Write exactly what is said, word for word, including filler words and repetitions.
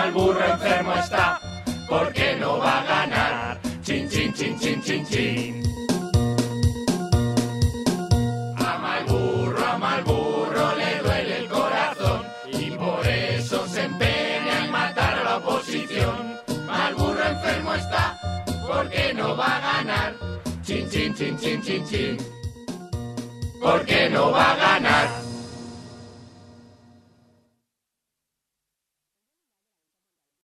mal burro enfermo está, porque no va a ganar. Chin, chin, chin, chin, chin, chin. A mal burro, a mal burro le duele el corazón y por eso se empeña en matar a la oposición. Mal burro enfermo está, porque no va a ganar. Chin, chin, chin, chin, chin, chin. Porque no va a ganar.